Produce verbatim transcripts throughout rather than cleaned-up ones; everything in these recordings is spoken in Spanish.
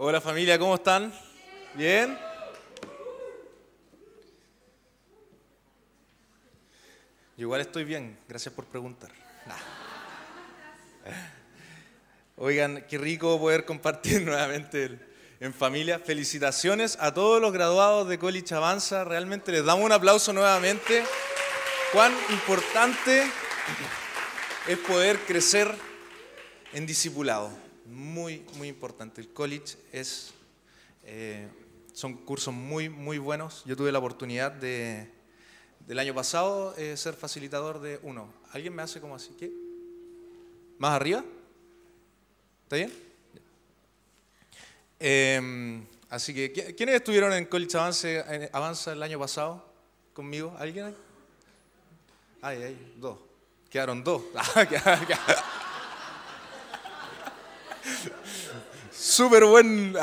Hola familia, ¿cómo están? ¿Bien? Yo igual estoy bien, gracias por preguntar. Nah. Oigan, qué rico poder compartir nuevamente el- en familia. Felicitaciones a todos los graduados de College Avanza. Realmente les damos un aplauso nuevamente. Cuán importante es poder crecer en discipulado. Muy, muy importante. El college es, eh, son cursos muy, muy buenos. Yo tuve la oportunidad de, del año pasado eh, ser facilitador de uno. ¿Alguien me hace como así? ¿Qué? ¿Más arriba? ¿Está bien? Eh, así que, ¿qui- ¿quiénes estuvieron en College Avance, en Avanza el año pasado conmigo? ¿Alguien? Ay, ay, dos. Quedaron dos. Súper buen.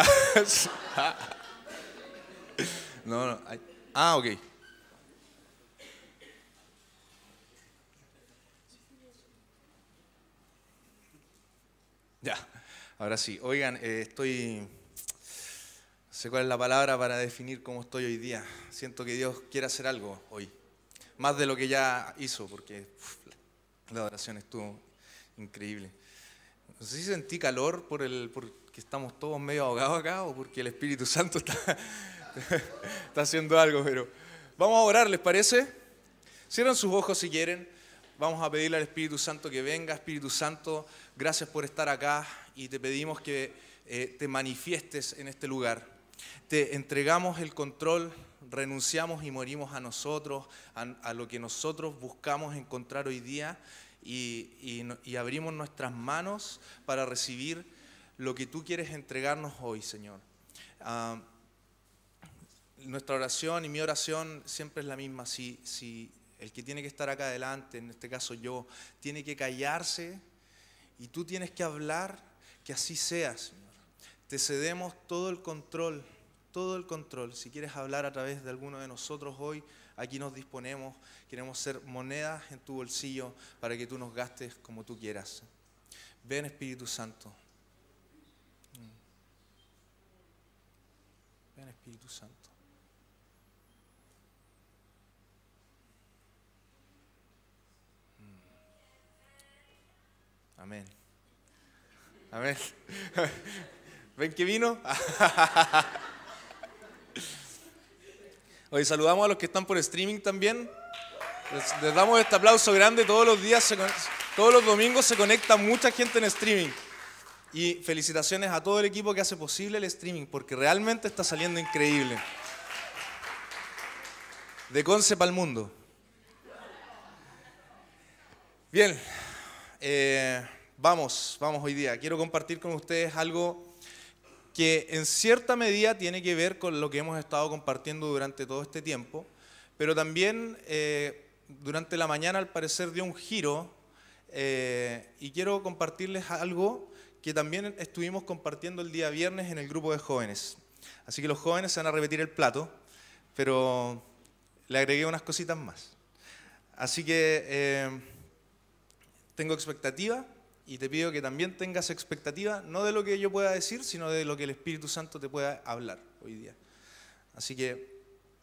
No, no. ay. Ah, ok. Ya. Ahora sí. Oigan, eh, estoy. No sé cuál es la palabra para definir cómo estoy hoy día. Siento que Dios quiere hacer algo hoy. Más de lo que ya hizo, porque uf, la adoración estuvo increíble. No sé si sentí calor por el, porque estamos todos medio ahogados acá o porque el Espíritu Santo está, está haciendo algo, pero vamos a orar, ¿les parece? Cierran sus ojos si quieren. Vamos a pedirle al Espíritu Santo que venga. Espíritu Santo, gracias por estar acá y te pedimos que eh, te manifiestes en este lugar. Te entregamos el control, renunciamos y morimos a nosotros, a, a lo que nosotros buscamos encontrar hoy día y, y, y abrimos nuestras manos para recibir lo que tú quieres entregarnos hoy, Señor. Uh, nuestra oración y mi oración siempre es la misma. Si, si el que tiene que estar acá adelante, en este caso yo, tiene que callarse y tú tienes que hablar, que así sea, Señor. Te cedemos todo el control, todo el control. Si quieres hablar a través de alguno de nosotros hoy, aquí nos disponemos. Queremos ser monedas en tu bolsillo para que tú nos gastes como tú quieras. Ven, Espíritu Santo. Ven, Espíritu Santo. Amén. Amén. ¿Ven que vino? Hoy saludamos a los que están por streaming también. Les, les damos este aplauso grande. Todos los días, se, todos los domingos se conecta mucha gente en streaming. Y felicitaciones a todo el equipo que hace posible el streaming, porque realmente está saliendo increíble. De Conce para el mundo. Bien. Eh, vamos, vamos hoy día. Quiero compartir con ustedes algo que en cierta medida tiene que ver con lo que hemos estado compartiendo durante todo este tiempo, pero también eh, durante la mañana al parecer dio un giro eh, y quiero compartirles algo que también estuvimos compartiendo el día viernes en el grupo de jóvenes. Así que los jóvenes se van a repetir el plato, pero le agregué unas cositas más. Así que eh, tengo expectativa. Y te pido que también tengas expectativa, no de lo que yo pueda decir, sino de lo que el Espíritu Santo te pueda hablar hoy día. Así que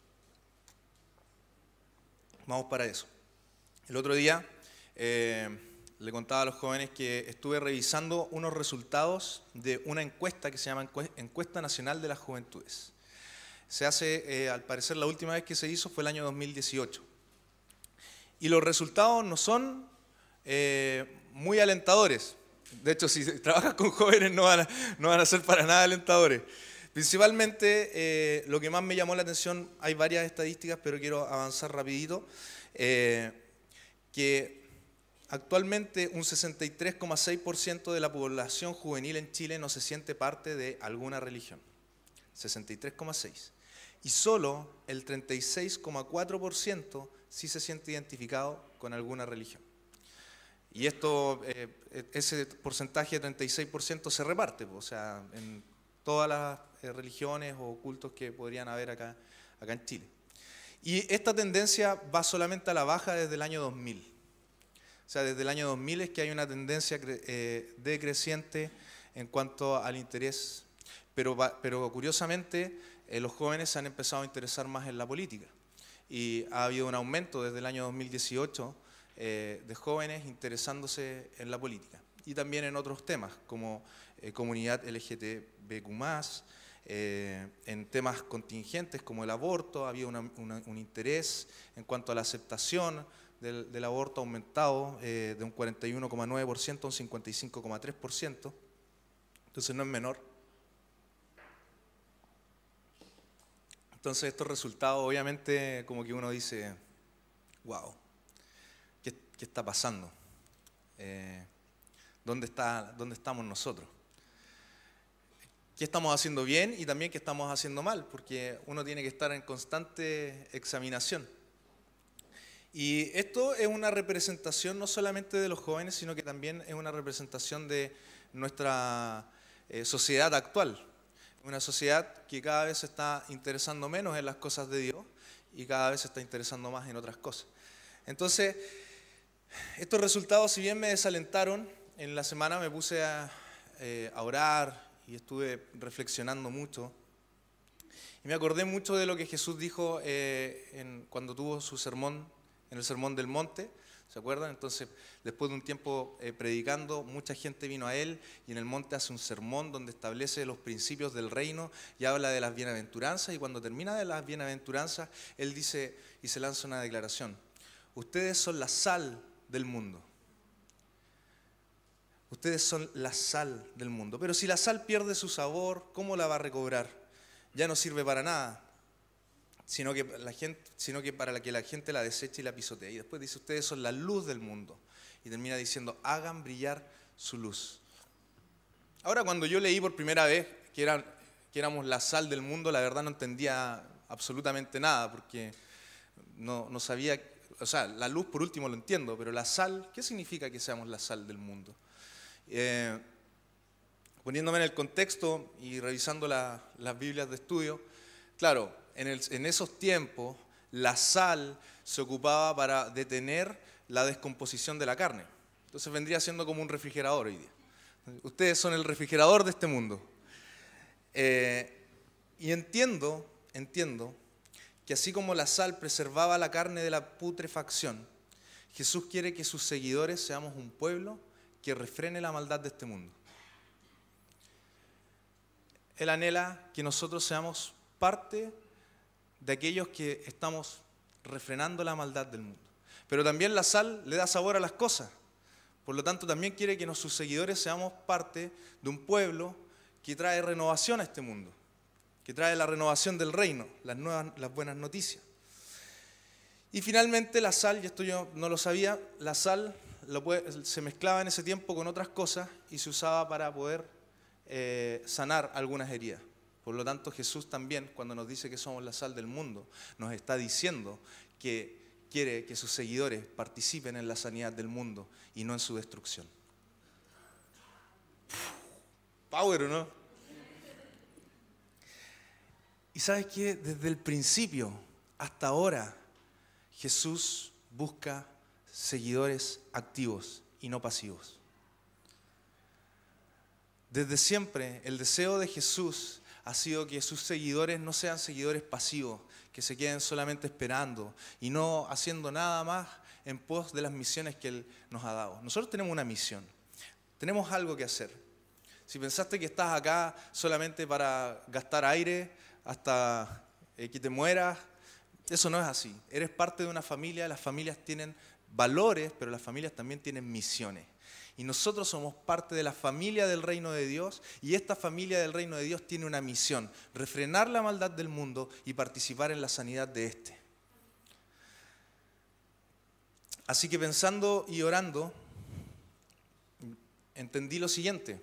vamos para eso. El otro día eh, le contaba a los jóvenes que estuve revisando unos resultados de una encuesta que se llama Encuesta Nacional de las Juventudes. Se hace, eh, al parecer, la última vez que se hizo fue el año dos mil dieciocho. Y los resultados no son Eh, muy alentadores. De hecho, si trabajas con jóvenes no van a, no van a ser para nada alentadores. Principalmente, eh, lo que más me llamó la atención, hay varias estadísticas, pero quiero avanzar rapidito, eh, que actualmente un sesenta y tres coma seis por ciento de la población juvenil en Chile no se siente parte de alguna religión. sesenta y tres coma seis por ciento. Y solo el treinta y seis coma cuatro por ciento sí se siente identificado con alguna religión. Y esto, eh, ese porcentaje de treinta y seis por ciento se reparte, o sea, en todas las eh, religiones o cultos que podrían haber acá, acá en Chile. Y esta tendencia va solamente a la baja desde el año dos mil. O sea, desde el año dos mil es que hay una tendencia eh, decreciente en cuanto al interés. pero, pero curiosamente eh, los jóvenes se han empezado a interesar más en la política. Y ha habido un aumento desde el año dos mil dieciocho eh, de jóvenes interesándose en la política. Y también en otros temas, como eh, comunidad L G B T Q más, eh, en temas contingentes como el aborto, había una, una, un interés en cuanto a la aceptación del, del aborto, ha aumentado eh, de un cuarenta y uno coma nueve por ciento a un cincuenta y cinco coma tres por ciento, entonces no es menor. Entonces estos resultados obviamente como que uno dice, wow, ¿qué, qué está pasando? Eh, ¿dónde, está, ¿Dónde estamos nosotros? ¿Qué estamos haciendo bien y también qué estamos haciendo mal? Porque uno tiene que estar en constante examinación. Y esto es una representación no solamente de los jóvenes, sino que también es una representación de nuestra eh, sociedad actual. Una sociedad que cada vez se está interesando menos en las cosas de Dios y cada vez se está interesando más en otras cosas. Entonces, estos resultados, si bien me desalentaron, en la semana me puse a, eh, a orar y estuve reflexionando mucho. Y me acordé mucho de lo que Jesús dijo eh, en, cuando tuvo su sermón, en el Sermón del Monte. ¿Se acuerdan? Entonces, después de un tiempo eh, predicando, mucha gente vino a él y en el monte hace un sermón donde establece los principios del reino y habla de las bienaventuranzas, y cuando termina de las bienaventuranzas, él dice y se lanza una declaración: ustedes son la sal del mundo. Ustedes son la sal del mundo. Pero si la sal pierde su sabor, ¿cómo la va a recobrar? Ya no sirve para nada. Sino que, la gente, sino que para que la gente la deseche y la pisotee. Y después dice, ustedes son la luz del mundo. Y termina diciendo, hagan brillar su luz. Ahora, cuando yo leí por primera vez que, eran, que éramos la sal del mundo, la verdad no entendía absolutamente nada, porque no, no sabía, o sea, la luz por último lo entiendo, pero la sal, ¿qué significa que seamos la sal del mundo? Eh, poniéndome en el contexto y revisando la, las Biblias de estudio, claro, En, el, en esos tiempos, la sal se ocupaba para detener la descomposición de la carne. Entonces vendría siendo como un refrigerador hoy día. Ustedes son el refrigerador de este mundo. Eh, y entiendo, entiendo que así como la sal preservaba la carne de la putrefacción, Jesús quiere que sus seguidores seamos un pueblo que refrene la maldad de este mundo. Él anhela que nosotros seamos parte de aquellos que estamos refrenando la maldad del mundo. Pero también la sal le da sabor a las cosas. Por lo tanto, también quiere que sus seguidores seamos parte de un pueblo que trae renovación a este mundo, que trae la renovación del reino, las, nuevas, las buenas noticias. Y finalmente la sal, y esto yo no lo sabía, la sal lo puede, se mezclaba en ese tiempo con otras cosas y se usaba para poder eh, sanar algunas heridas. Por lo tanto, Jesús también, cuando nos dice que somos la sal del mundo, nos está diciendo que quiere que sus seguidores participen en la sanidad del mundo y no en su destrucción. Power, ¿o no? Y ¿sabes qué? Desde el principio hasta ahora, Jesús busca seguidores activos y no pasivos. Desde siempre, el deseo de Jesús ha sido que sus seguidores no sean seguidores pasivos, que se queden solamente esperando y no haciendo nada más en pos de las misiones que Él nos ha dado. Nosotros tenemos una misión, tenemos algo que hacer. Si pensaste que estás acá solamente para gastar aire hasta eh, que te mueras, eso no es así. Eres parte de una familia, las familias tienen valores, pero las familias también tienen misiones. Y nosotros somos parte de la familia del reino de Dios, y esta familia del reino de Dios tiene una misión: refrenar la maldad del mundo y participar en la sanidad de éste. Así que pensando y orando, entendí lo siguiente: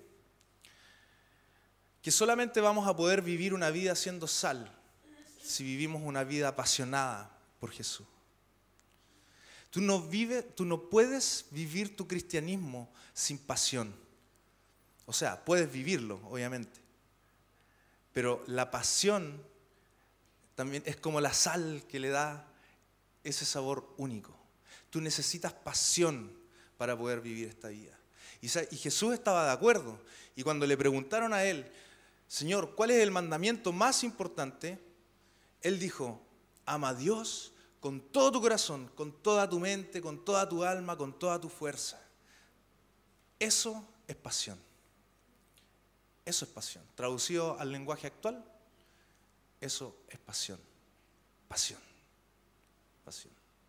que solamente vamos a poder vivir una vida siendo sal si vivimos una vida apasionada por Jesús. Tú no, vives, tú no puedes vivir tu cristianismo sin pasión. O sea, puedes vivirlo, obviamente. Pero la pasión también es como la sal que le da ese sabor único. Tú necesitas pasión para poder vivir esta vida. Y, y Jesús estaba de acuerdo. Y cuando le preguntaron a él, Señor, ¿cuál es el mandamiento más importante? Él dijo, ama a Dios con todo tu corazón, con toda tu mente, con toda tu alma, con toda tu fuerza. Eso es pasión. Eso es pasión. Traducido al lenguaje actual, eso es pasión. Pasión. Pasión.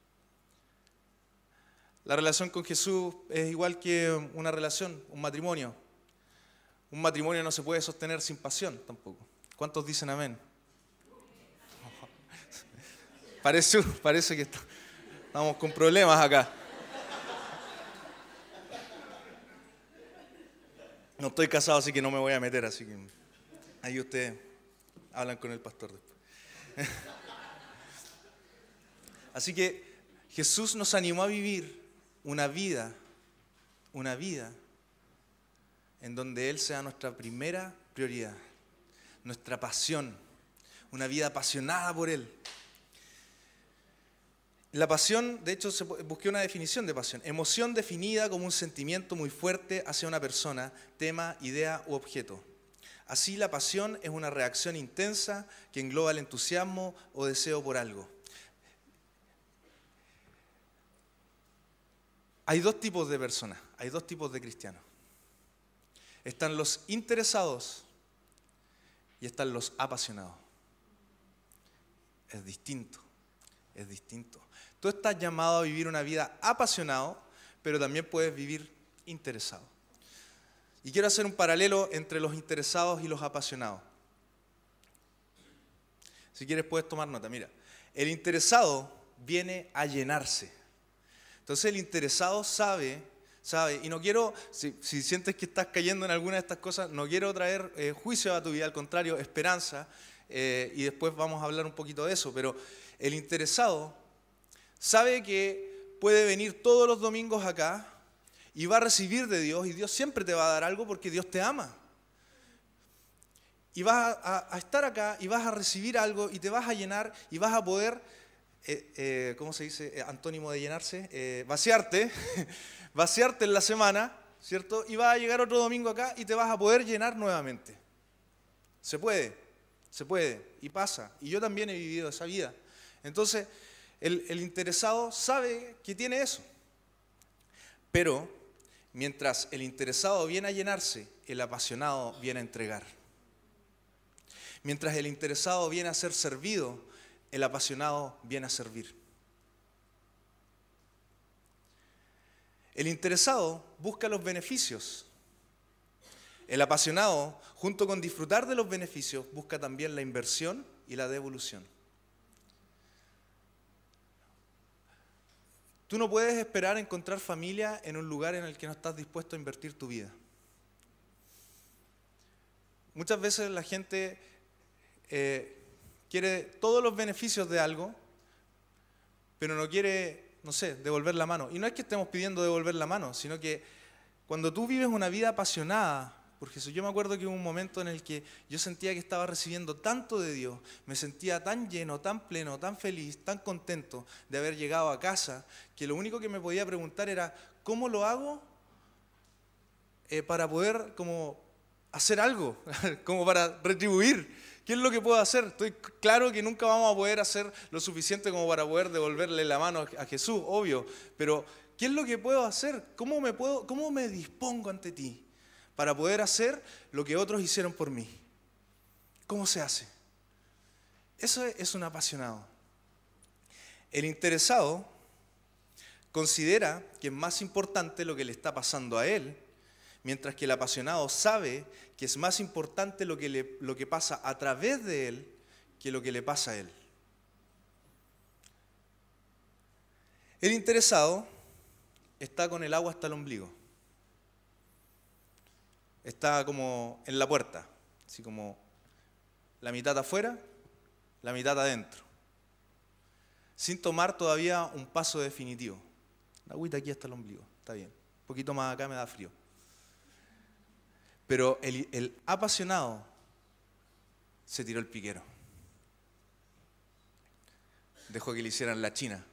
La relación con Jesús es igual que una relación, un matrimonio. Un matrimonio no se puede sostener sin pasión tampoco. ¿Cuántos dicen amén? Parece, parece que estamos con problemas acá. No estoy casado, así que no me voy a meter, así que ahí ustedes hablan con el pastor después. Así que Jesús nos animó a vivir una vida, una vida en donde Él sea nuestra primera prioridad, nuestra pasión, una vida apasionada por Él. La pasión, de hecho, busqué una definición de pasión. Emoción definida como un sentimiento muy fuerte hacia una persona, tema, idea u objeto. Así, la pasión es una reacción intensa que engloba el entusiasmo o deseo por algo. Hay dos tipos de personas, hay dos tipos de cristianos. Están los interesados y están los apasionados. Es distinto, es distinto. Tú estás llamado a vivir una vida apasionado, pero también puedes vivir interesado. Y quiero hacer un paralelo entre los interesados y los apasionados. Si quieres puedes tomar nota. Mira, el interesado viene a llenarse. Entonces el interesado sabe, sabe, y no quiero, si, si sientes que estás cayendo en alguna de estas cosas, no quiero traer eh, juicio a tu vida, al contrario, esperanza, eh, y después vamos a hablar un poquito de eso, pero el interesado sabe que puede venir todos los domingos acá y va a recibir de Dios, y Dios siempre te va a dar algo porque Dios te ama. Y vas a, a estar acá y vas a recibir algo y te vas a llenar y vas a poder, eh, eh, ¿cómo se dice? Eh, antónimo de llenarse, eh, vaciarte, vaciarte en la semana, ¿cierto? Y vas a llegar otro domingo acá y te vas a poder llenar nuevamente. Se puede, se puede, y pasa. Y yo también he vivido esa vida. Entonces, el, el interesado sabe que tiene eso. Pero, mientras el interesado viene a llenarse, el apasionado viene a entregar. Mientras el interesado viene a ser servido, el apasionado viene a servir. El interesado busca los beneficios. El apasionado, junto con disfrutar de los beneficios, busca también la inversión y la devolución. Tú no puedes esperar encontrar familia en un lugar en el que no estás dispuesto a invertir tu vida. Muchas veces la gente eh, quiere todos los beneficios de algo, pero no quiere, no sé, devolver la mano. Y no es que estemos pidiendo devolver la mano, sino que cuando tú vives una vida apasionada por Jesús, yo me acuerdo que hubo un momento en el que yo sentía que estaba recibiendo tanto de Dios, me sentía tan lleno, tan pleno, tan feliz, tan contento de haber llegado a casa, que lo único que me podía preguntar era, ¿cómo lo hago eh, para poder como hacer algo, como para retribuir? ¿Qué es lo que puedo hacer? Estoy claro que nunca vamos a poder hacer lo suficiente como para poder devolverle la mano a Jesús, obvio, pero ¿qué es lo que puedo hacer? ¿Cómo me puedo, cómo me dispongo ante ti para poder hacer lo que otros hicieron por mí? ¿Cómo se hace? Eso es un apasionado. El interesado considera que es más importante lo que le está pasando a él, mientras que el apasionado sabe que es más importante lo que, le, lo que pasa a través de él que lo que le pasa a él. El interesado está con el agua hasta el ombligo. Está como en la puerta, así como la mitad afuera, la mitad adentro, sin tomar todavía un paso definitivo. La agüita aquí hasta el ombligo, está bien. Un poquito más acá me da frío. Pero el, el apasionado se tiró el piquero. Dejó que le hicieran la china.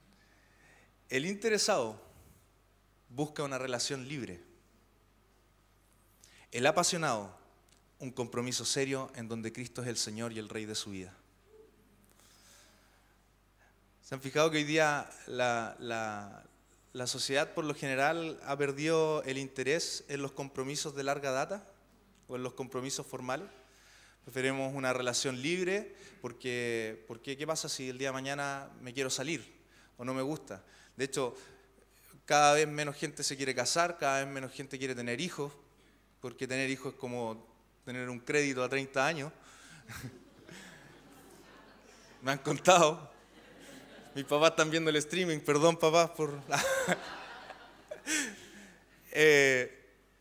El interesado busca una relación libre. El apasionado, un compromiso serio en donde Cristo es el Señor y el Rey de su vida. ¿Se han fijado que hoy día la, la, la sociedad por lo general ha perdido el interés en los compromisos de larga data o en los compromisos formales? Preferimos una relación libre porque, porque ¿qué pasa si el día de mañana me quiero salir o no me gusta? De hecho, cada vez menos gente se quiere casar, cada vez menos gente quiere tener hijos, porque tener hijos es como tener un crédito a treinta años. Me han contado. Mis papás están viendo el streaming, perdón papás por... eh,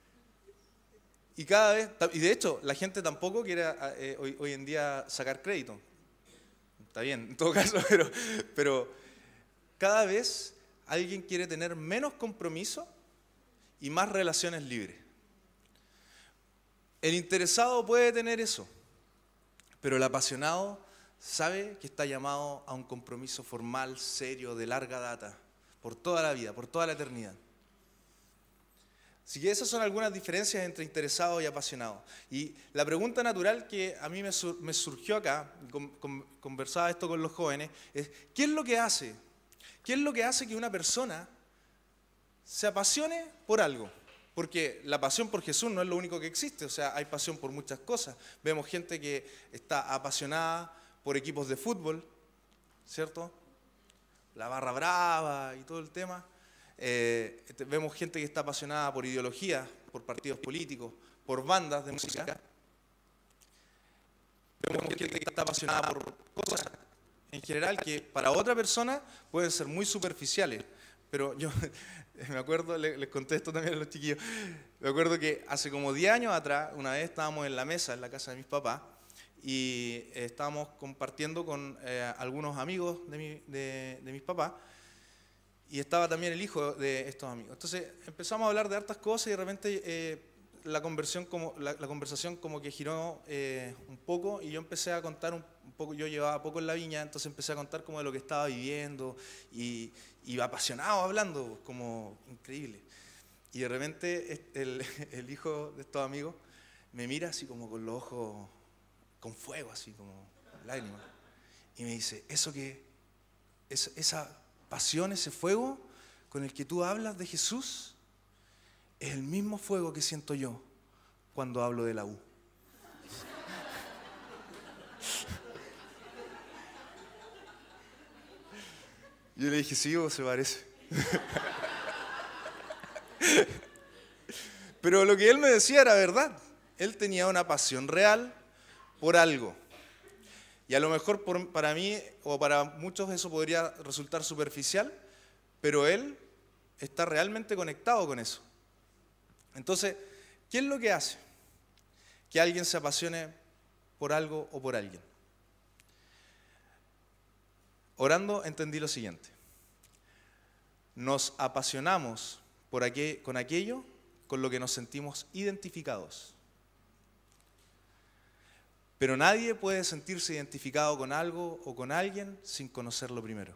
y cada vez, y de hecho, la gente tampoco quiere eh, hoy, hoy en día sacar crédito. Está bien, en todo caso, pero, pero cada vez alguien quiere tener menos compromiso y más relaciones libres. El interesado puede tener eso, pero el apasionado sabe que está llamado a un compromiso formal, serio, de larga data, por toda la vida, por toda la eternidad. Así que esas son algunas diferencias entre interesado y apasionado. Y la pregunta natural que a mí me, sur, me surgió acá, con, con, conversaba esto con los jóvenes, es ¿qué es lo que hace? ¿Qué es lo que hace que una persona se apasione por algo? Porque la pasión por Jesús no es lo único que existe, o sea, hay pasión por muchas cosas. Vemos gente que está apasionada por equipos de fútbol, ¿cierto? La barra brava y todo el tema. Eh, vemos gente que está apasionada por ideología, por partidos políticos, por bandas de música. Vemos gente que está apasionada por cosas en general que para otra persona pueden ser muy superficiales. Pero yo me acuerdo, les conté esto también a los chiquillos, me acuerdo que hace como diez años atrás, una vez estábamos en la mesa en la casa de mis papás y estábamos compartiendo con eh, algunos amigos de, mi, de, de mis papás. Y estaba también el hijo de estos amigos. Entonces empezamos a hablar de hartas cosas y de repente eh, la, conversión como, la, la conversación como que giró eh, un poco y yo empecé a contar un, un poco, yo llevaba poco en la viña, entonces empecé a contar como de lo que estaba viviendo y, y apasionado hablando, como increíble. Y de repente el, el hijo de estos amigos me mira así como con los ojos con fuego, así como lágrimas. Y me dice, eso que, es, esa... pasión, ese fuego con el que tú hablas de Jesús, es el mismo fuego que siento yo cuando hablo de la U. Yo le dije, sí, vos se parece. Pero lo que él me decía era verdad. Él tenía una pasión real por algo. Y a lo mejor por, para mí o para muchos eso podría resultar superficial, pero él está realmente conectado con eso. Entonces, ¿qué es lo que hace que alguien se apasione por algo o por alguien? Orando entendí lo siguiente. Nos apasionamos por aquel, con aquello con lo que nos sentimos identificados. Pero nadie puede sentirse identificado con algo o con alguien sin conocerlo primero.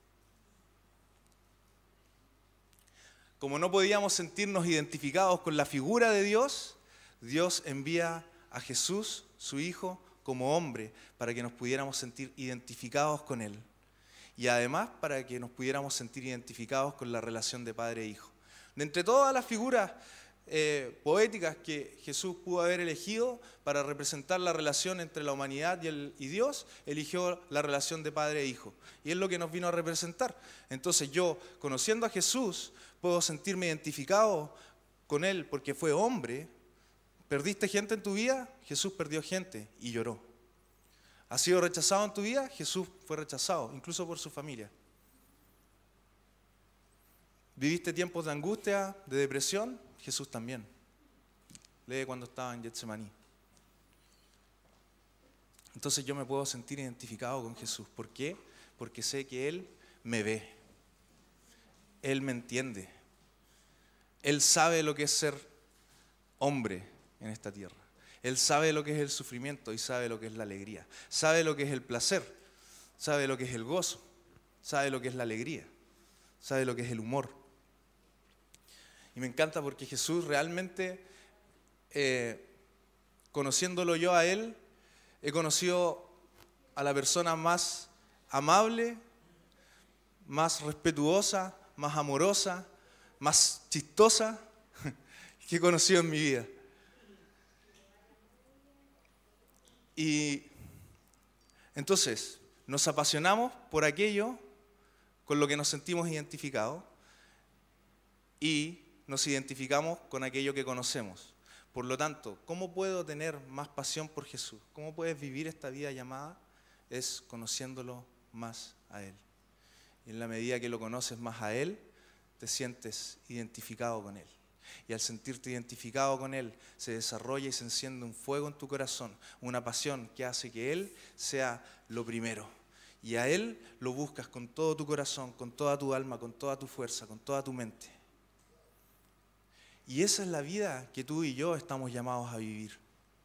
Como no podíamos sentirnos identificados con la figura de Dios, Dios envía a Jesús, su Hijo, como hombre, para que nos pudiéramos sentir identificados con Él. Y además para que nos pudiéramos sentir identificados con la relación de padre e hijo. De entre todas las figuras Eh, poéticas que Jesús pudo haber elegido para representar la relación entre la humanidad y, el, y Dios, eligió la relación de padre e hijo. Y es lo que nos vino a representar. Entonces yo, conociendo a Jesús, puedo sentirme identificado con Él porque fue hombre. ¿Perdiste gente en tu vida? Jesús perdió gente y lloró. ¿Has sido rechazado en tu vida? Jesús fue rechazado, incluso por su familia. ¿Viviste tiempos de angustia, de depresión? Jesús también. Lee cuando estaba en Getsemaní. Entonces yo me puedo sentir identificado con Jesús. ¿Por qué? Porque sé que Él me ve. Él me entiende. Él sabe lo que es ser hombre en esta tierra. Él sabe lo que es el sufrimiento y sabe lo que es la alegría. Sabe lo que es el placer. Sabe lo que es el gozo. Sabe lo que es la alegría. Sabe lo que es el humor. Y me encanta porque Jesús realmente eh, conociéndolo yo a Él, he conocido a la persona más amable, más respetuosa, más amorosa, más chistosa que he conocido en mi vida. Y entonces nos apasionamos por aquello con lo que nos sentimos identificados y nos identificamos con aquello que conocemos. Por lo tanto, ¿cómo puedo tener más pasión por Jesús? ¿Cómo puedes vivir esta vida llamada? Es conociéndolo más a Él. Y en la medida que lo conoces más a Él, te sientes identificado con Él. Y al sentirte identificado con Él, se desarrolla y se enciende un fuego en tu corazón, una pasión que hace que Él sea lo primero. Y a Él lo buscas con todo tu corazón, con toda tu alma, con toda tu fuerza, con toda tu mente. Y esa es la vida que tú y yo estamos llamados a vivir.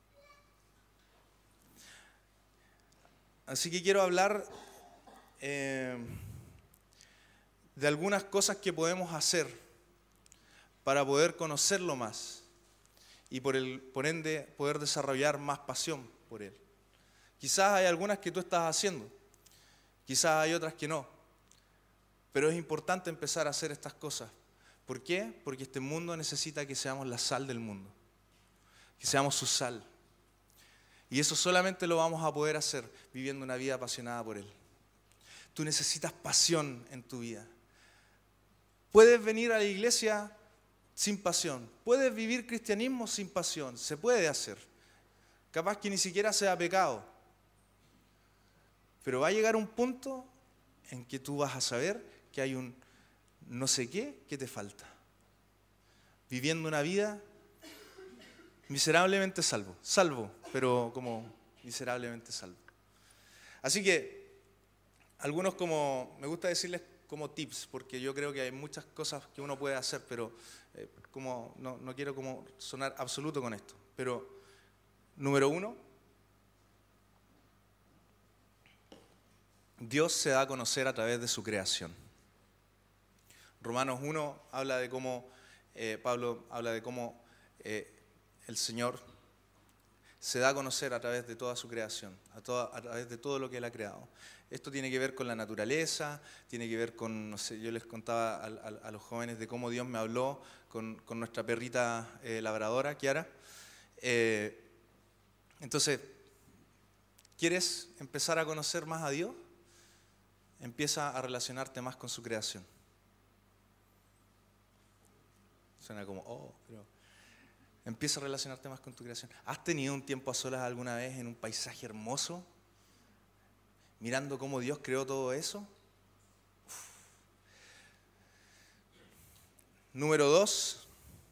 Así que quiero hablar eh, de algunas cosas que podemos hacer para poder conocerlo más y por, el, por ende poder desarrollar más pasión por Él. Quizás hay algunas que tú estás haciendo, quizás hay otras que no, pero es importante empezar a hacer estas cosas. ¿Por qué? Porque este mundo necesita que seamos la sal del mundo, que seamos su sal. Y eso solamente lo vamos a poder hacer viviendo una vida apasionada por Él. Tú necesitas pasión en tu vida. Puedes venir a la iglesia sin pasión, puedes vivir cristianismo sin pasión, se puede hacer. Capaz que ni siquiera sea pecado. Pero va a llegar un punto en que tú vas a saber que hay un no sé qué que te falta. Viviendo una vida miserablemente salvo. Salvo, pero como miserablemente salvo. Así que, algunos como, me gusta decirles como tips, porque yo creo que hay muchas cosas que uno puede hacer, pero eh, como no, no quiero como sonar absoluto con esto. Pero, número uno, Dios se da a conocer a través de su creación. Romanos uno habla de cómo, eh, Pablo habla de cómo eh, el Señor se da a conocer a través de toda su creación, a, toda, a través de todo lo que Él ha creado. Esto tiene que ver con la naturaleza, tiene que ver con, no sé, yo les contaba a, a, a los jóvenes de cómo Dios me habló con, con nuestra perrita eh, labradora, Kiara. Eh, entonces, ¿quieres empezar a conocer más a Dios? Empieza a relacionarte más con su creación. Suena como, oh, pero empieza a relacionarte más con tu creación. ¿Has tenido un tiempo a solas alguna vez en un paisaje hermoso? Mirando cómo Dios creó todo eso. Uf. Número dos,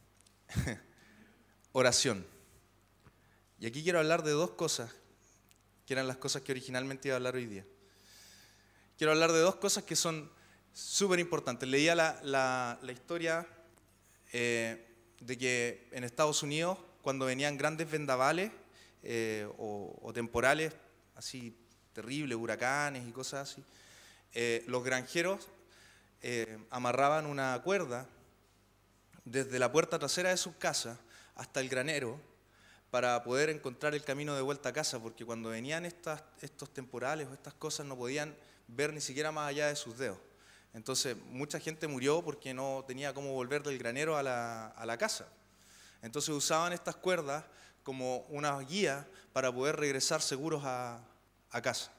oración. Y aquí quiero hablar de dos cosas, que eran las cosas que originalmente iba a hablar hoy día. Quiero hablar de dos cosas que son súper importantes. Leía la, la, la historia eh, de que en Estados Unidos, cuando venían grandes vendavales eh, o, o temporales así terribles, huracanes y cosas así, eh, los granjeros eh, amarraban una cuerda desde la puerta trasera de sus casas hasta el granero para poder encontrar el camino de vuelta a casa, porque cuando venían estas, estos temporales o estas cosas no podían ver ni siquiera más allá de sus dedos. Entonces mucha gente murió porque no tenía cómo volver del granero a la, a la casa. Entonces usaban estas cuerdas como una guía para poder regresar seguros a, a casa.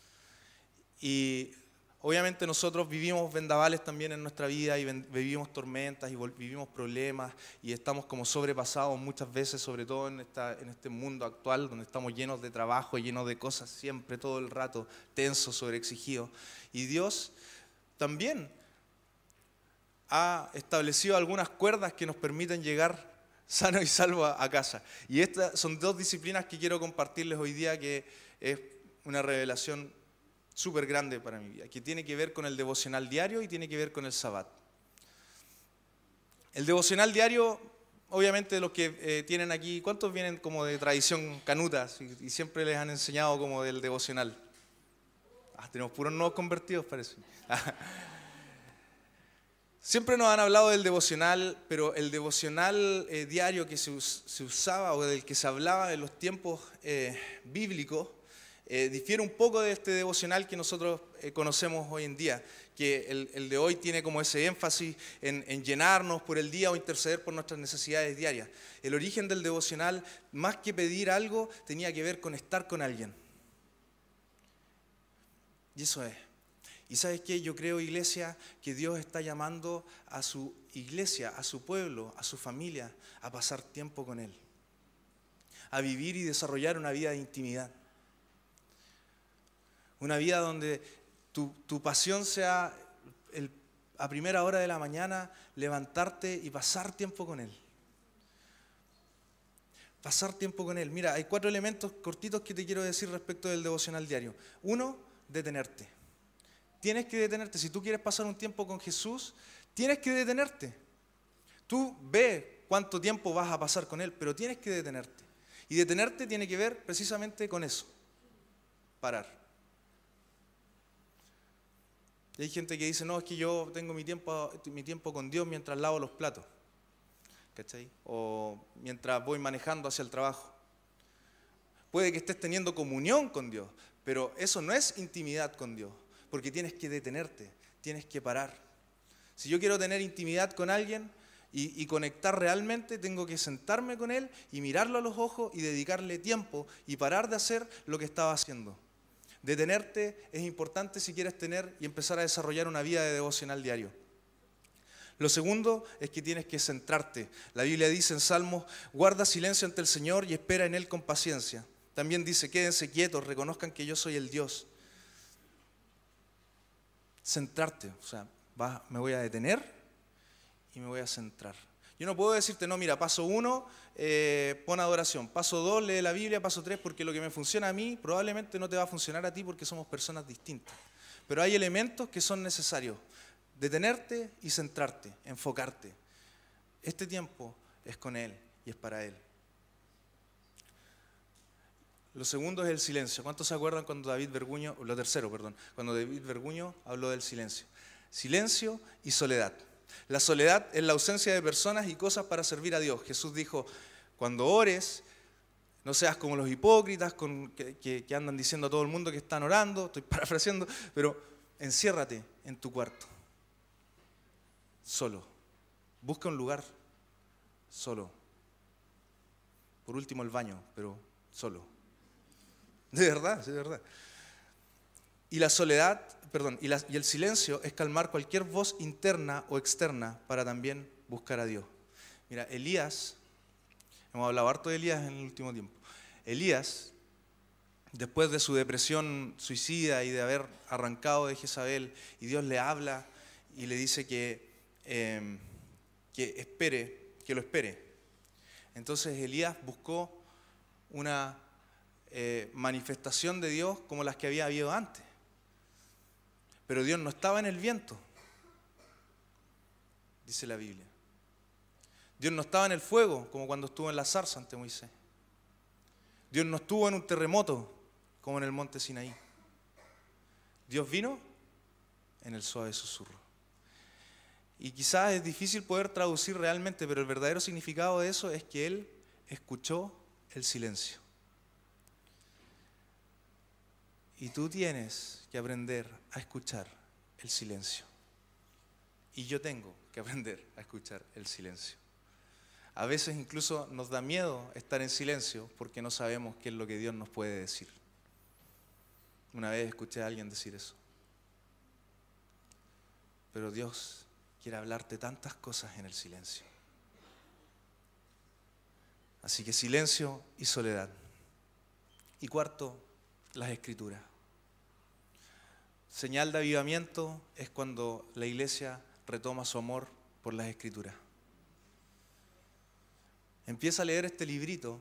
Y obviamente nosotros vivimos vendavales también en nuestra vida y vivimos tormentas y vivimos problemas y estamos como sobrepasados muchas veces, sobre todo en, esta, en este mundo actual donde estamos llenos de trabajo, llenos de cosas siempre, todo el rato, tensos, sobreexigidos. Y Dios también ha establecido algunas cuerdas que nos permiten llegar sano y salvo a, a casa. Y estas son dos disciplinas que quiero compartirles hoy día, que es una revelación súper grande para mi vida, que tiene que ver con el devocional diario y tiene que ver con el Sabbat. El devocional diario, obviamente los que eh, tienen aquí, ¿cuántos vienen como de tradición canuta y, y siempre les han enseñado como del devocional? Ah, tenemos puros nuevos convertidos, parece. Siempre nos han hablado del devocional, pero el devocional eh, diario que se, us- se usaba o del que se hablaba en los tiempos eh, bíblicos eh, difiere un poco de este devocional que nosotros eh, conocemos hoy en día, que el, el de hoy tiene como ese énfasis en, en llenarnos por el día o interceder por nuestras necesidades diarias. El origen del devocional, más que pedir algo, tenía que ver con estar con alguien. Y eso es. Y ¿sabes qué? Yo creo, iglesia, que Dios está llamando a su iglesia, a su pueblo, a su familia, a pasar tiempo con Él, a vivir y desarrollar una vida de intimidad. Una vida donde tu, tu pasión sea el, a primera hora de la mañana levantarte y pasar tiempo con Él. Pasar tiempo con Él. Mira, hay cuatro elementos cortitos que te quiero decir respecto del devocional diario. Uno, detenerte. Tienes que detenerte. Si tú quieres pasar un tiempo con Jesús, tienes que detenerte. Tú ve cuánto tiempo vas a pasar con Él, pero tienes que detenerte. Y detenerte tiene que ver precisamente con eso. Parar. Y hay gente que dice, no, es que yo tengo mi tiempo, mi tiempo con Dios mientras lavo los platos. ¿Cachai? O mientras voy manejando hacia el trabajo. Puede que estés teniendo comunión con Dios, pero eso no es intimidad con Dios. Porque tienes que detenerte, tienes que parar. Si yo quiero tener intimidad con alguien y, y conectar realmente, tengo que sentarme con él y mirarlo a los ojos y dedicarle tiempo y parar de hacer lo que estaba haciendo. Detenerte es importante si quieres tener y empezar a desarrollar una vida de devocional diario. Lo segundo es que tienes que centrarte. La Biblia dice en Salmos, guarda silencio ante el Señor y espera en Él con paciencia. También dice, quédense quietos, reconozcan que yo soy el Dios. Centrarte, o sea, va, me voy a detener y me voy a centrar. Yo no puedo decirte, no, mira, paso uno, eh, pon adoración, paso dos, lee la Biblia, paso tres, porque lo que me funciona a mí probablemente no te va a funcionar a ti porque somos personas distintas. Pero hay elementos que son necesarios, detenerte y centrarte, enfocarte. Este tiempo es con Él y es para Él. Lo segundo es el silencio. ¿Cuántos se acuerdan cuando David Verguño, lo tercero, perdón, cuando David Verguño habló del silencio? Silencio y soledad. La soledad es la ausencia de personas y cosas para servir a Dios. Jesús dijo, cuando ores, no seas como los hipócritas con, que, que, que andan diciendo a todo el mundo que están orando, estoy parafraseando, pero enciérrate en tu cuarto, solo. Busca un lugar, solo. Por último el baño, pero solo. De verdad, de verdad. Y la soledad, perdón, y, la, y el silencio es calmar cualquier voz interna o externa para también buscar a Dios. Mira, Elías, hemos hablado harto de Elías en el último tiempo. Elías, después de su depresión suicida y de haber arrancado de Jezabel, y Dios le habla y le dice que, eh, que espere, que lo espere. Entonces Elías buscó una Eh, manifestación de Dios como las que había habido antes. Pero Dios no estaba en el viento, dice la Biblia. Dios no estaba en el fuego, como cuando estuvo en la zarza ante Moisés. Dios no estuvo en un terremoto, como en el monte Sinaí. Dios vino en el suave susurro. Y quizás es difícil poder traducir realmente, pero el verdadero significado de eso es que Él escuchó el silencio. Y tú tienes que aprender a escuchar el silencio. Y yo tengo que aprender a escuchar el silencio. A veces incluso nos da miedo estar en silencio porque no sabemos qué es lo que Dios nos puede decir. Una vez escuché a alguien decir eso. Pero Dios quiere hablarte tantas cosas en el silencio. Así que silencio y soledad. Y cuarto, las Escrituras. Señal de avivamiento es cuando la iglesia retoma su amor por las Escrituras. Empieza a leer este librito,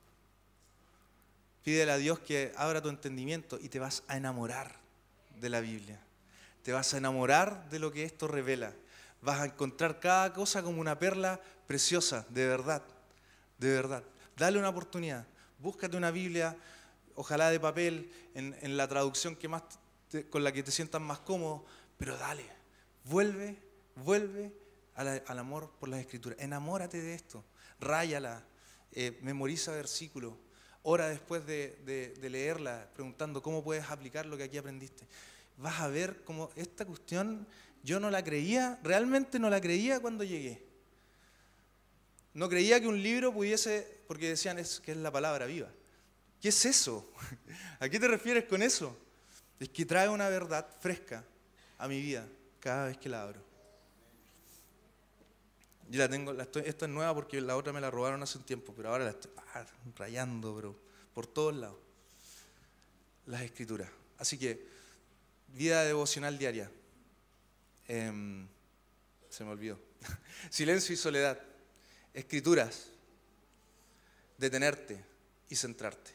pídele a Dios que abra tu entendimiento y te vas a enamorar de la Biblia. Te vas a enamorar de lo que esto revela. Vas a encontrar cada cosa como una perla preciosa, de verdad, de verdad. Dale una oportunidad, búscate una Biblia, ojalá de papel, en, en la traducción que más te, con la que te sientas más cómodo, pero dale, vuelve Vuelve a la- al amor por las Escrituras. Enamórate de esto. Ráyala. Eh, memoriza versículos. Ora después de, de, de leerla, preguntando cómo puedes aplicar lo que aquí aprendiste. Vas a ver cómo esta cuestión yo no la creía, realmente no la creía cuando llegué. No creía que un libro pudiese, porque decían es, que es la palabra viva. ¿Qué es eso? ¿A qué te refieres con eso? Es que trae una verdad fresca a mi vida cada vez que la abro. Yo la tengo, la estoy, esta es nueva porque la otra me la robaron hace un tiempo, pero ahora la estoy ah, rayando, pero por todos lados. Las Escrituras. Así que, vida devocional diaria. Eh, se me olvidó. Silencio y soledad. Escrituras. Detenerte y centrarte.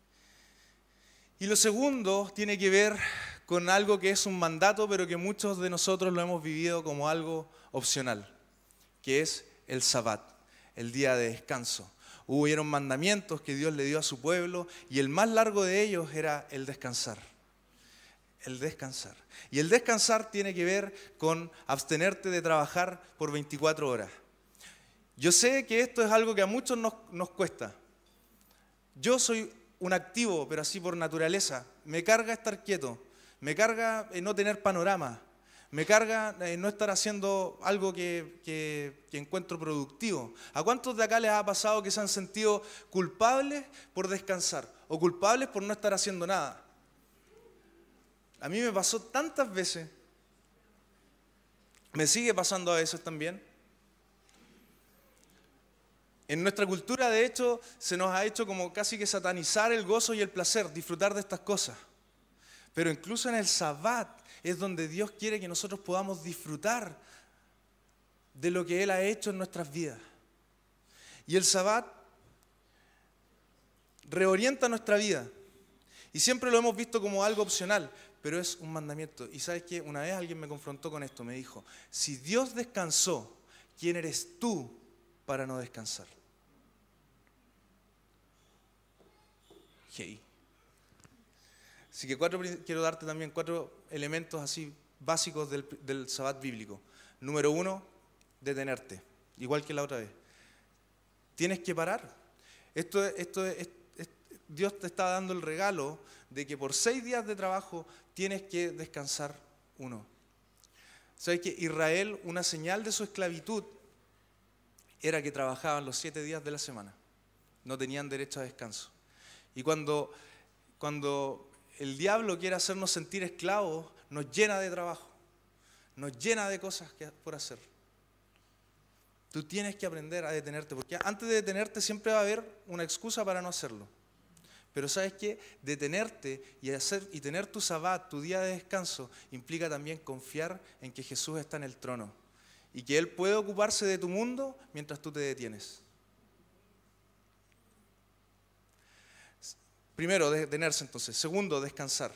Y lo segundo tiene que ver con algo que es un mandato, pero que muchos de nosotros lo hemos vivido como algo opcional, que es el Sabbat, el día de descanso. Hubieron mandamientos que Dios le dio a su pueblo y el más largo de ellos era el descansar. El descansar. Y el descansar tiene que ver con abstenerte de trabajar por veinticuatro horas. Yo sé que esto es algo que a muchos nos, nos cuesta. Yo soy un activo, pero así por naturaleza. Me carga estar quieto, me carga no tener panorama, me carga no estar haciendo algo que, que, que encuentro productivo. ¿A cuántos de acá les ha pasado que se han sentido culpables por descansar o culpables por no estar haciendo nada? A mí me pasó tantas veces, me sigue pasando a veces también. En nuestra cultura, de hecho, se nos ha hecho como casi que satanizar el gozo y el placer, disfrutar de estas cosas. Pero incluso en el Sabbat es donde Dios quiere que nosotros podamos disfrutar de lo que Él ha hecho en nuestras vidas. Y el Sabbat reorienta nuestra vida. Y siempre lo hemos visto como algo opcional, pero es un mandamiento. Y ¿sabes qué? Una vez alguien me confrontó con esto, me dijo, si Dios descansó, ¿quién eres tú para no descansar? Hey. Así que cuatro, quiero darte también cuatro elementos así básicos del, del Sabbat bíblico. Número uno, detenerte, igual que la otra vez. Tienes que parar. Esto, esto es, es, Dios te está dando el regalo de que por seis días de trabajo tienes que descansar uno. ¿Sabes que Israel, una señal de su esclavitud, era que trabajaban los siete días de la semana? No tenían derecho a descanso. Y cuando, cuando el diablo quiere hacernos sentir esclavos, nos llena de trabajo, nos llena de cosas que, por hacer. Tú tienes que aprender a detenerte, porque antes de detenerte siempre va a haber una excusa para no hacerlo. Pero ¿sabes qué? Detenerte y, hacer, y tener tu Sabbat, tu día de descanso, implica también confiar en que Jesús está en el trono y que Él puede ocuparse de tu mundo mientras tú te detienes. Primero, detenerse entonces. Segundo, descansar.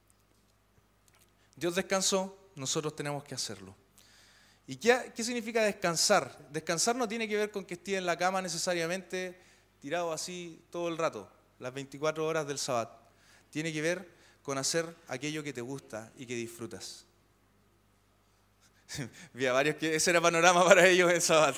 Dios descansó, nosotros tenemos que hacerlo. ¿Y qué, qué significa descansar? Descansar no tiene que ver con que esté en la cama necesariamente tirado así todo el rato, las veinticuatro horas del Sabbat. Tiene que ver con hacer aquello que te gusta y que disfrutas. Vi a varios que ese era panorama para ellos en Sabbat.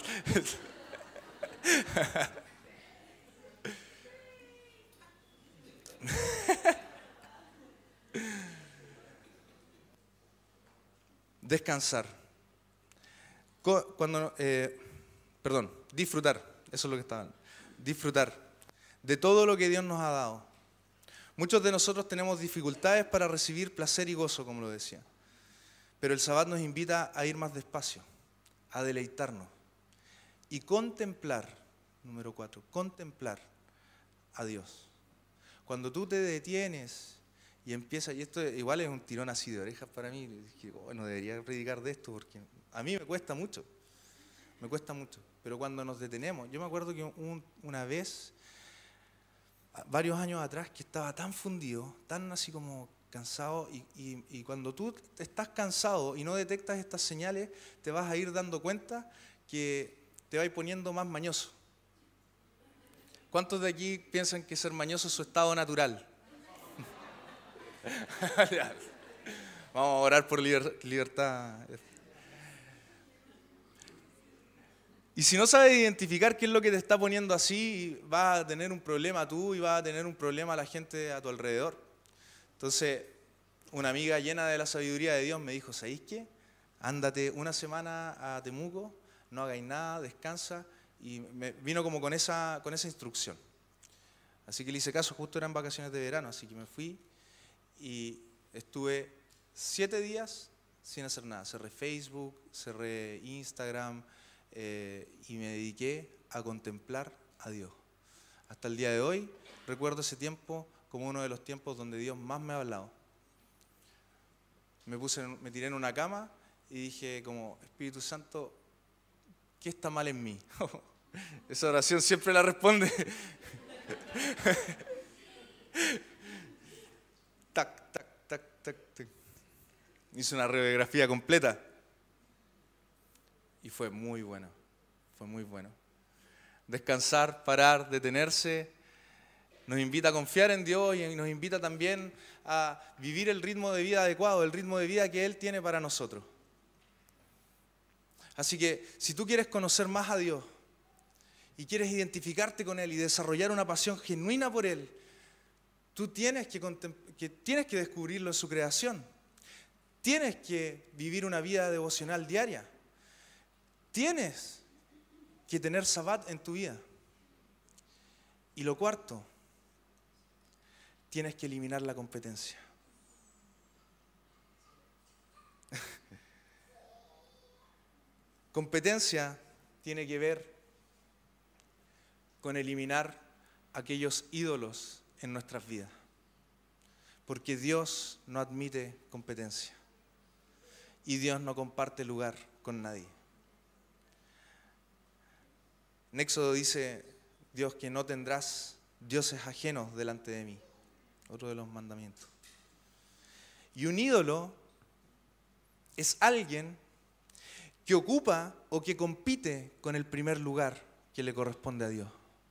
Descansar. Cuando, eh, perdón, disfrutar, eso es lo que estaban. Disfrutar de todo lo que Dios nos ha dado. Muchos de nosotros tenemos dificultades para recibir placer y gozo, como lo decía. Pero el Sabbat nos invita a ir más despacio, a deleitarnos y contemplar, número cuatro, contemplar a Dios. Cuando tú te detienes y empiezas, y esto igual es un tirón así de orejas para mí, dije, bueno, debería predicar de esto porque a mí me cuesta mucho, me cuesta mucho. Pero cuando nos detenemos, yo me acuerdo que un, una vez, varios años atrás, que estaba tan fundido, tan así como cansado, y, y, y cuando tú estás cansado y no detectas estas señales, te vas a ir dando cuenta que te vas a ir poniendo más mañoso. ¿Cuántos de aquí piensan que ser mañoso es su estado natural? Vamos a orar por liber, libertad. Y si no sabes identificar qué es lo que te está poniendo así, vas a tener un problema tú y vas a tener un problema la gente a tu alrededor. Entonces, una amiga llena de la sabiduría de Dios me dijo, ¿sabéis qué? Ándate una semana a Temuco, no hagáis nada, descansa. Y me vino como con esa, con esa instrucción. Así que le hice caso, justo eran vacaciones de verano, así que me fui y estuve siete días sin hacer nada. Cerré Facebook, cerré Instagram eh, y me dediqué a contemplar a Dios. Hasta el día de hoy recuerdo ese tiempo como uno de los tiempos donde Dios más me ha hablado. Me puse, me tiré en una cama y dije como, Espíritu Santo, ¿qué está mal en mí? Esa oración siempre la responde. Tac, tac, tac, tac, tac. Hice una radiografía completa. Y fue muy bueno. Fue muy bueno. Descansar, parar, detenerse, nos invita a confiar en Dios y nos invita también a vivir el ritmo de vida adecuado, el ritmo de vida que Él tiene para nosotros. Así que si tú quieres conocer más a Dios y quieres identificarte con Él y desarrollar una pasión genuina por Él, tú tienes que, que, tienes que descubrirlo en su creación. Tienes que vivir una vida devocional diaria. Tienes que tener Sabbat en tu vida. Y lo cuarto, tienes que eliminar la competencia. Competencia tiene que ver con eliminar aquellos ídolos en nuestras vidas. Porque Dios no admite competencia. Y Dios no comparte lugar con nadie. En Éxodo dice Dios que no tendrás dioses ajenos delante de mí. Otro de los mandamientos. Y un ídolo es alguien que ocupa o que compite con el primer lugar que le corresponde a Dios.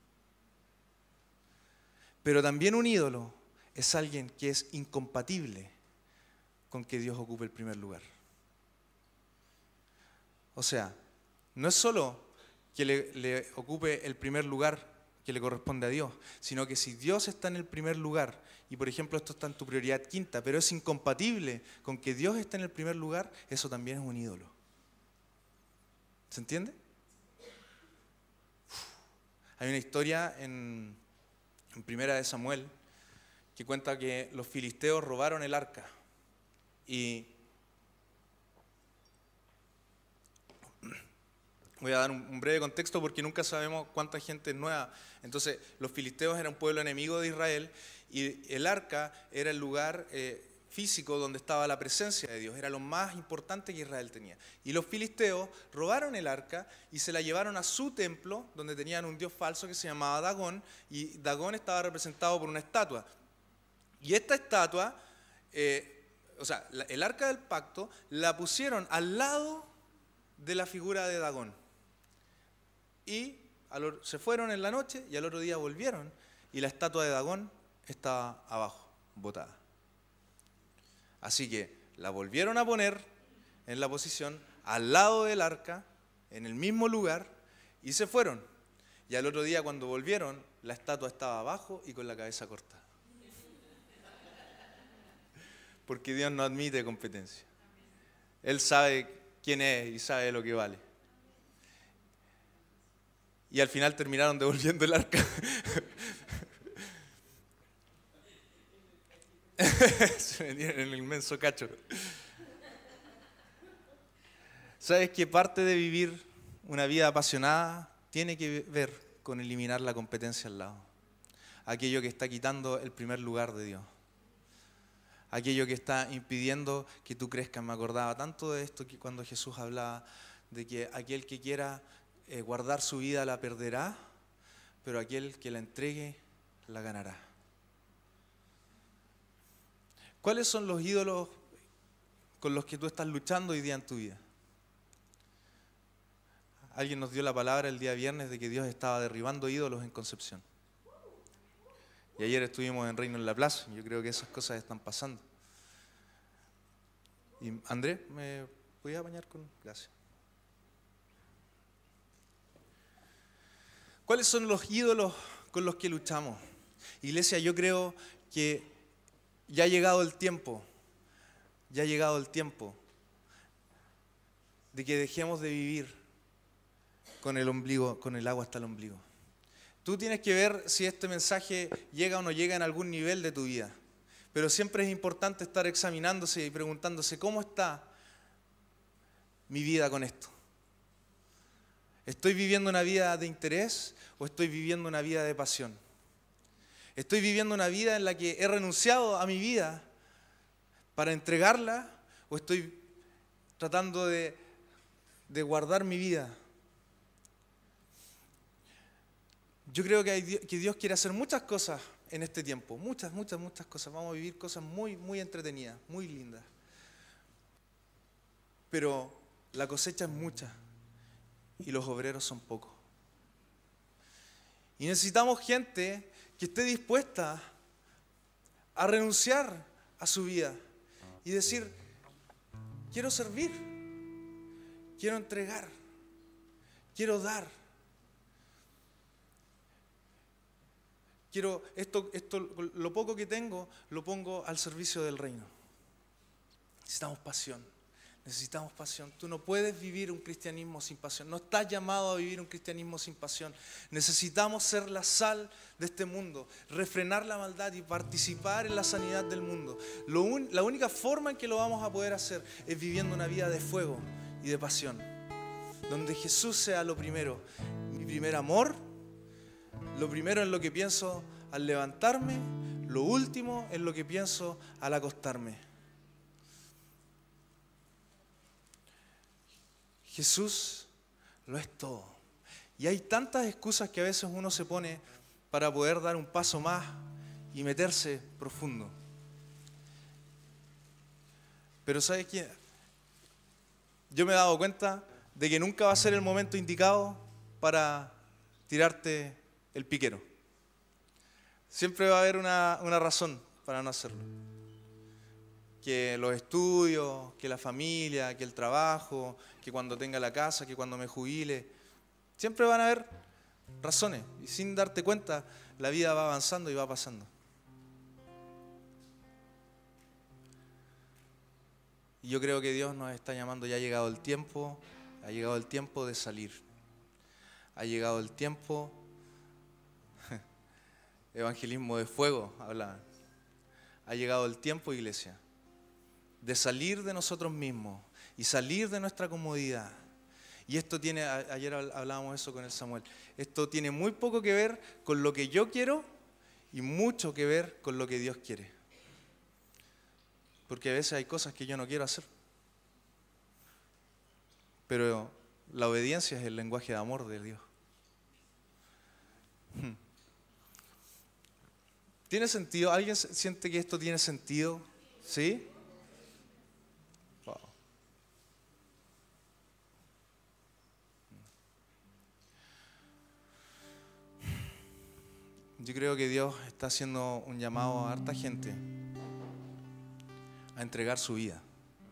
Pero también un ídolo es alguien que es incompatible con que Dios ocupe el primer lugar. O sea, no es solo que le, le ocupe el primer lugar que le corresponde a Dios, sino que si Dios está en el primer lugar, y por ejemplo esto está en tu prioridad quinta, pero es incompatible con que Dios esté en el primer lugar, eso también es un ídolo. ¿Se entiende? Uf. Hay una historia en, en Primera de Samuel que cuenta que los filisteos robaron el arca y voy a dar un, un breve contexto porque nunca sabemos cuánta gente es nueva. Entonces, los filisteos eran un pueblo enemigo de Israel y el arca era el lugar eh, físico donde estaba la presencia de Dios. Era lo más importante que Israel tenía. Y los filisteos robaron el arca y se la llevaron a su templo, donde tenían un dios falso que se llamaba Dagón, y Dagón estaba representado por una estatua. Y esta estatua, eh, o sea, la, el arca del pacto, la pusieron al lado de la figura de Dagón. Y al, se fueron en la noche y al otro día volvieron y la estatua de Dagón estaba abajo, botada. Así que la volvieron a poner en la posición al lado del arca, en el mismo lugar, y se fueron. Y al otro día cuando volvieron, la estatua estaba abajo y con la cabeza cortada. Porque Dios no admite competencia. Él sabe quién es y sabe lo que vale. Y al final terminaron devolviendo el arca. Se vendieron en el inmenso cacho. ¿Sabes que parte de vivir una vida apasionada tiene que ver con eliminar la competencia al lado? Aquello que está quitando el primer lugar de Dios. Aquello que está impidiendo que tú crezcas. Me acordaba tanto de esto que cuando Jesús hablaba de que aquel que quiera eh, guardar su vida la perderá, pero aquel que la entregue la ganará. ¿Cuáles son los ídolos con los que tú estás luchando hoy día en tu vida? Alguien nos dio la palabra el día viernes de que Dios estaba derribando ídolos en Concepción. Y ayer estuvimos en Reino en la Plaza. Yo creo que esas cosas están pasando. Y Andrés, ¿me podías apañar con...? Gracias. ¿Cuáles son los ídolos con los que luchamos? Iglesia, yo creo que ya ha llegado el tiempo, ya ha llegado el tiempo de que dejemos de vivir con el ombligo, con el agua hasta el ombligo. Tú tienes que ver si este mensaje llega o no llega en algún nivel de tu vida. Pero siempre es importante estar examinándose y preguntándose, ¿cómo está mi vida con esto? ¿Estoy viviendo una vida de interés o estoy viviendo una vida de pasión? ¿Estoy viviendo una vida en la que he renunciado a mi vida para entregarla o estoy tratando de, de guardar mi vida? Yo creo que, hay, que Dios quiere hacer muchas cosas en este tiempo, muchas, muchas, muchas cosas. Vamos a vivir cosas muy, muy entretenidas, muy lindas. Pero la cosecha es mucha y los obreros son pocos. Y necesitamos gente que esté dispuesta a renunciar a su vida y decir, quiero servir, quiero entregar, quiero dar. Quiero esto, esto, lo poco que tengo, lo pongo al servicio del reino. Necesitamos pasión, necesitamos pasión. Tú no puedes vivir un cristianismo sin pasión. No estás llamado a vivir un cristianismo sin pasión. Necesitamos ser la sal de este mundo, refrenar la maldad y participar en la sanidad del mundo. Lo un, la única forma en que lo vamos a poder hacer es viviendo una vida de fuego y de pasión, donde Jesús sea lo primero, mi primer amor. Lo primero en lo que pienso al levantarme, lo último en lo que pienso al acostarme. Jesús lo es todo. Y hay tantas excusas que a veces uno se pone para poder dar un paso más y meterse profundo. Pero ¿sabes qué? Yo me he dado cuenta de que nunca va a ser el momento indicado para tirarte el piquero. Siempre va a haber una, una razón para no hacerlo. Que los estudios, que la familia, que el trabajo, que cuando tenga la casa, que cuando me jubile. Siempre van a haber razones. Y sin darte cuenta, la vida va avanzando y va pasando. Y yo creo que Dios nos está llamando, ya ha llegado el tiempo, ha llegado el tiempo de salir. Ha llegado el tiempo. Evangelismo de fuego, hablaban. Ha llegado el tiempo, iglesia, de salir de nosotros mismos y salir de nuestra comodidad. Y esto tiene, ayer hablábamos eso con el Samuel, esto tiene muy poco que ver con lo que yo quiero y mucho que ver con lo que Dios quiere. Porque a veces hay cosas que yo no quiero hacer. Pero la obediencia es el lenguaje de amor de Dios. ¿Tiene sentido? ¿Alguien siente que esto tiene sentido? ¿Sí? Wow. Yo creo que Dios está haciendo un llamado a harta gente a entregar su vida.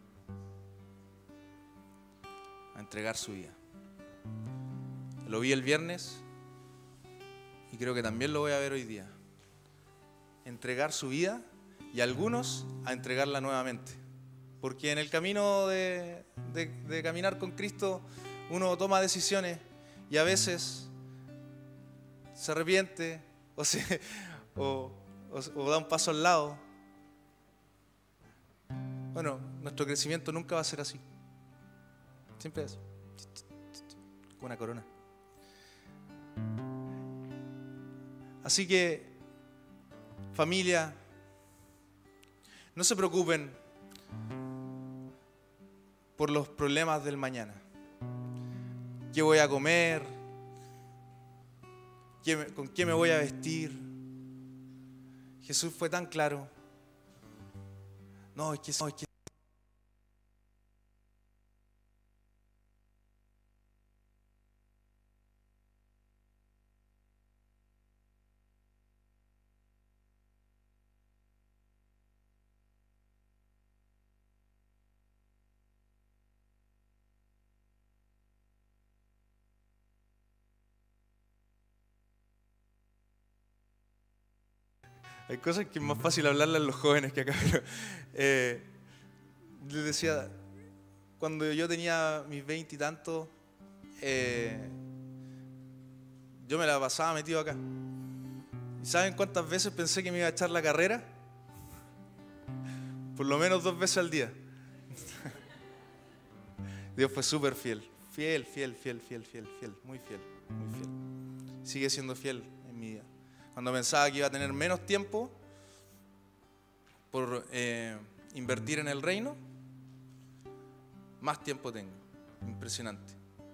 A entregar su vida. Lo vi el viernes y creo que también lo voy a ver hoy día. Entregar su vida y algunos a entregarla nuevamente. Porque en el camino de, de, de caminar con Cristo uno toma decisiones y a veces se arrepiente o, se, o, o, o da un paso al lado. Bueno, nuestro crecimiento nunca va a ser así. Siempre es con una corona. Así que familia, no se preocupen por los problemas del mañana. ¿Qué voy a comer? ¿Qué, ¿Con qué me voy a vestir? Jesús fue tan claro. No, es que, no, es que Hay cosas que es más fácil hablarlas a los jóvenes que acá. Pero, eh, les decía, cuando yo tenía mis veinte y tantos, eh, yo me la pasaba metido acá. ¿Y saben cuántas veces pensé que me iba a echar la carrera? Por lo menos dos veces al día. Dios fue súper fiel. Fiel, fiel, fiel, fiel, fiel, fiel. Muy fiel, muy fiel. Sigue siendo fiel en mi vida. Cuando pensaba que iba a tener menos tiempo por eh, invertir en el reino, más tiempo tengo. Impresionante.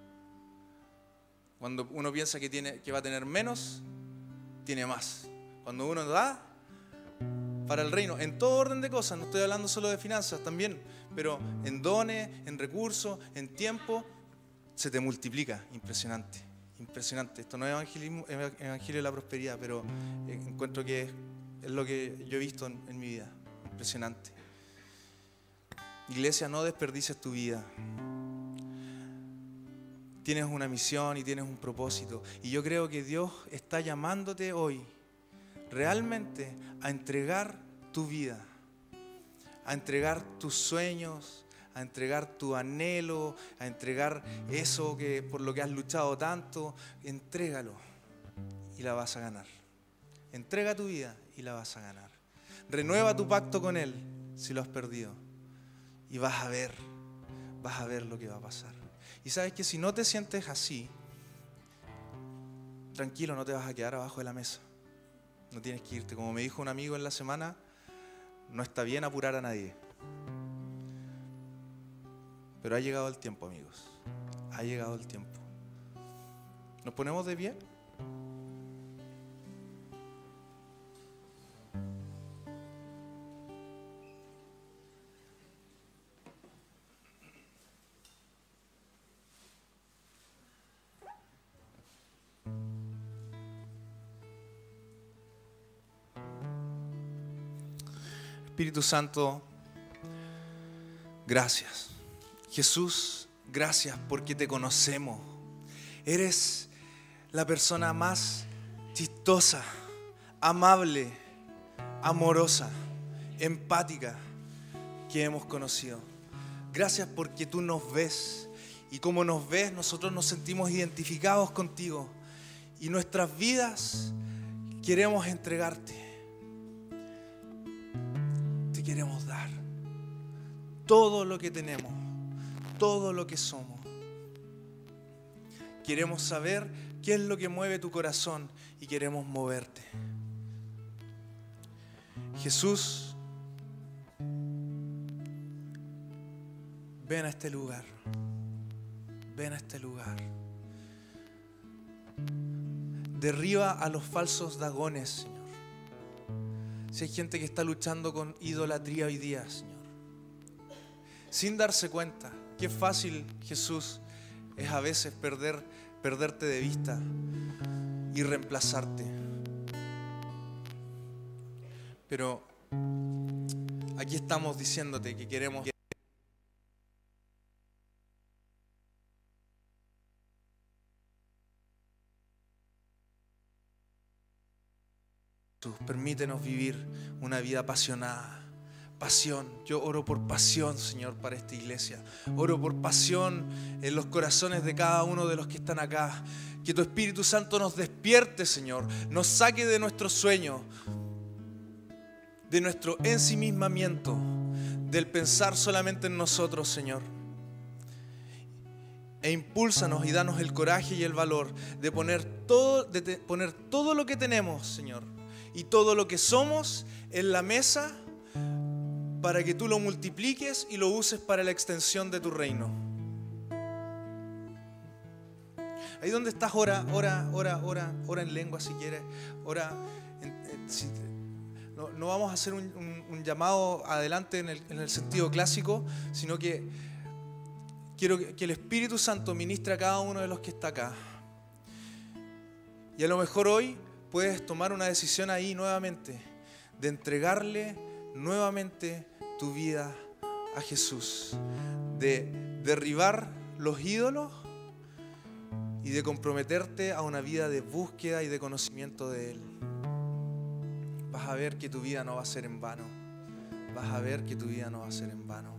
Cuando uno piensa que, tiene, que va a tener menos, tiene más. Cuando uno da para el reino, en todo orden de cosas, no estoy hablando solo de finanzas también, pero en dones, en recursos, en tiempo, se te multiplica. Impresionante, impresionante. Esto no es evangelismo, evangelio de la prosperidad, pero encuentro que es, es lo que yo he visto en, en mi vida. Impresionante. Iglesia, no desperdicies tu vida. Tienes una misión y tienes un propósito. Y yo creo que Dios está llamándote hoy realmente a entregar tu vida, a entregar tus sueños, a entregar tu anhelo, a entregar eso que por lo que has luchado tanto. Entrégalo y la vas a ganar. Entrega tu vida y la vas a ganar. Renueva tu pacto con Él si lo has perdido y vas a ver, vas a ver lo que va a pasar. Y sabes que si no te sientes así, tranquilo, no te vas a quedar abajo de la mesa. No tienes que irte. Como me dijo un amigo en la semana, no está bien apurar a nadie. Pero ha llegado el tiempo, amigos. Ha llegado el tiempo. ¿Nos ponemos de pie? Espíritu Santo, gracias. Jesús, gracias porque te conocemos. Eres la persona más chistosa, amable, amorosa, empática que hemos conocido. Gracias porque tú nos ves y como nos ves nosotros nos sentimos identificados contigo y nuestras vidas queremos entregarte. Te queremos dar todo lo que tenemos, todo lo que somos. Queremos saber qué es lo que mueve tu corazón y queremos moverte. Jesús, ven a este lugar. Ven a este lugar. Derriba a los falsos dagones, Señor. Si hay gente que está luchando con idolatría hoy día, Señor, sin darse cuenta, qué fácil, Jesús, es a veces perder, perderte de vista y reemplazarte. Pero aquí estamos diciéndote que queremos permítenos vivir una vida apasionada. Pasión. Yo oro por pasión, Señor, para esta iglesia. Oro por pasión en los corazones de cada uno de los que están acá. Que tu Espíritu Santo nos despierte, Señor. Nos saque de nuestro sueño, de nuestro ensimismamiento, del pensar solamente en nosotros, Señor. E impúlsanos y danos el coraje y el valor de poner todo, de te, poner todo lo que tenemos, Señor, y todo lo que somos en la mesa para que tú lo multipliques y lo uses para la extensión de tu reino. Ahí donde estás, ora, ora, ora, ora, ora en lengua si quieres. Ora, en, en, si, no, no vamos a hacer un, un, un llamado adelante en el, en el sentido clásico, sino que quiero que, que el Espíritu Santo ministre a cada uno de los que está acá. Y a lo mejor hoy puedes tomar una decisión ahí nuevamente de entregarle nuevamente tu vida a Jesús, de derribar los ídolos y de comprometerte a una vida de búsqueda y de conocimiento de Él. vas a ver que tu vida no va a ser en vano. Vas a ver que tu vida no va a ser en vano.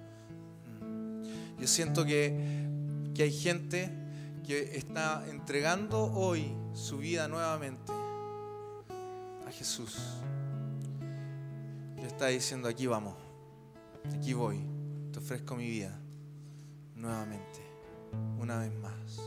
Yo siento que, que hay gente que está entregando hoy su vida nuevamente a Jesús. Le está diciendo: aquí vamos, aquí voy, te ofrezco mi vida nuevamente, una vez más.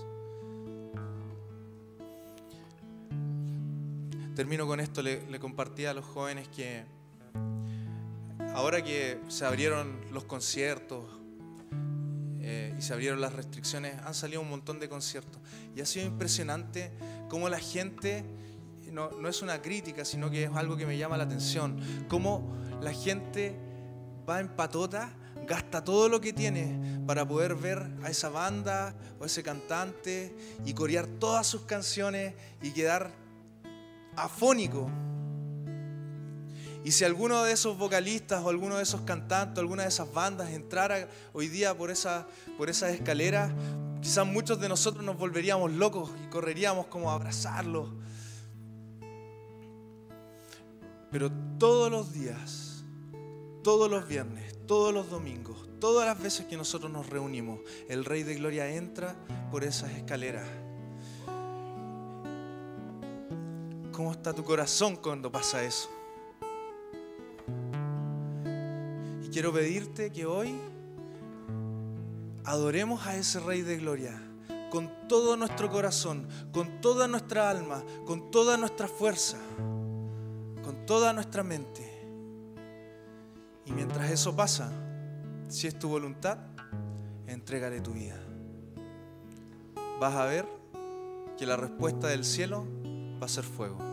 Termino con esto. Le, le compartí a los jóvenes que ahora que se abrieron los conciertos eh, y se abrieron las restricciones, han salido un montón de conciertos y ha sido impresionante cómo la gente, no, no es una crítica, sino que es algo que me llama la atención, cómo la gente va en patota, gasta todo lo que tiene para poder ver a esa banda o a ese cantante y corear todas sus canciones y quedar afónico. Y si alguno de esos vocalistas o alguno de esos cantantes, alguna de esas bandas entrara hoy día por esa, por esas escaleras, quizás muchos de nosotros nos volveríamos locos y correríamos como a abrazarlos. Pero todos los días, todos los viernes, todos los domingos, todas las veces que nosotros nos reunimos, el Rey de Gloria entra por esas escaleras. ¿Cómo está tu corazón cuando pasa eso? Y quiero pedirte que hoy adoremos a ese Rey de Gloria con todo nuestro corazón, con toda nuestra alma, con toda nuestra fuerza, con toda nuestra mente. Y mientras eso pasa, si es tu voluntad, entrégale tu vida. Vas a ver que la respuesta del cielo va a ser fuego.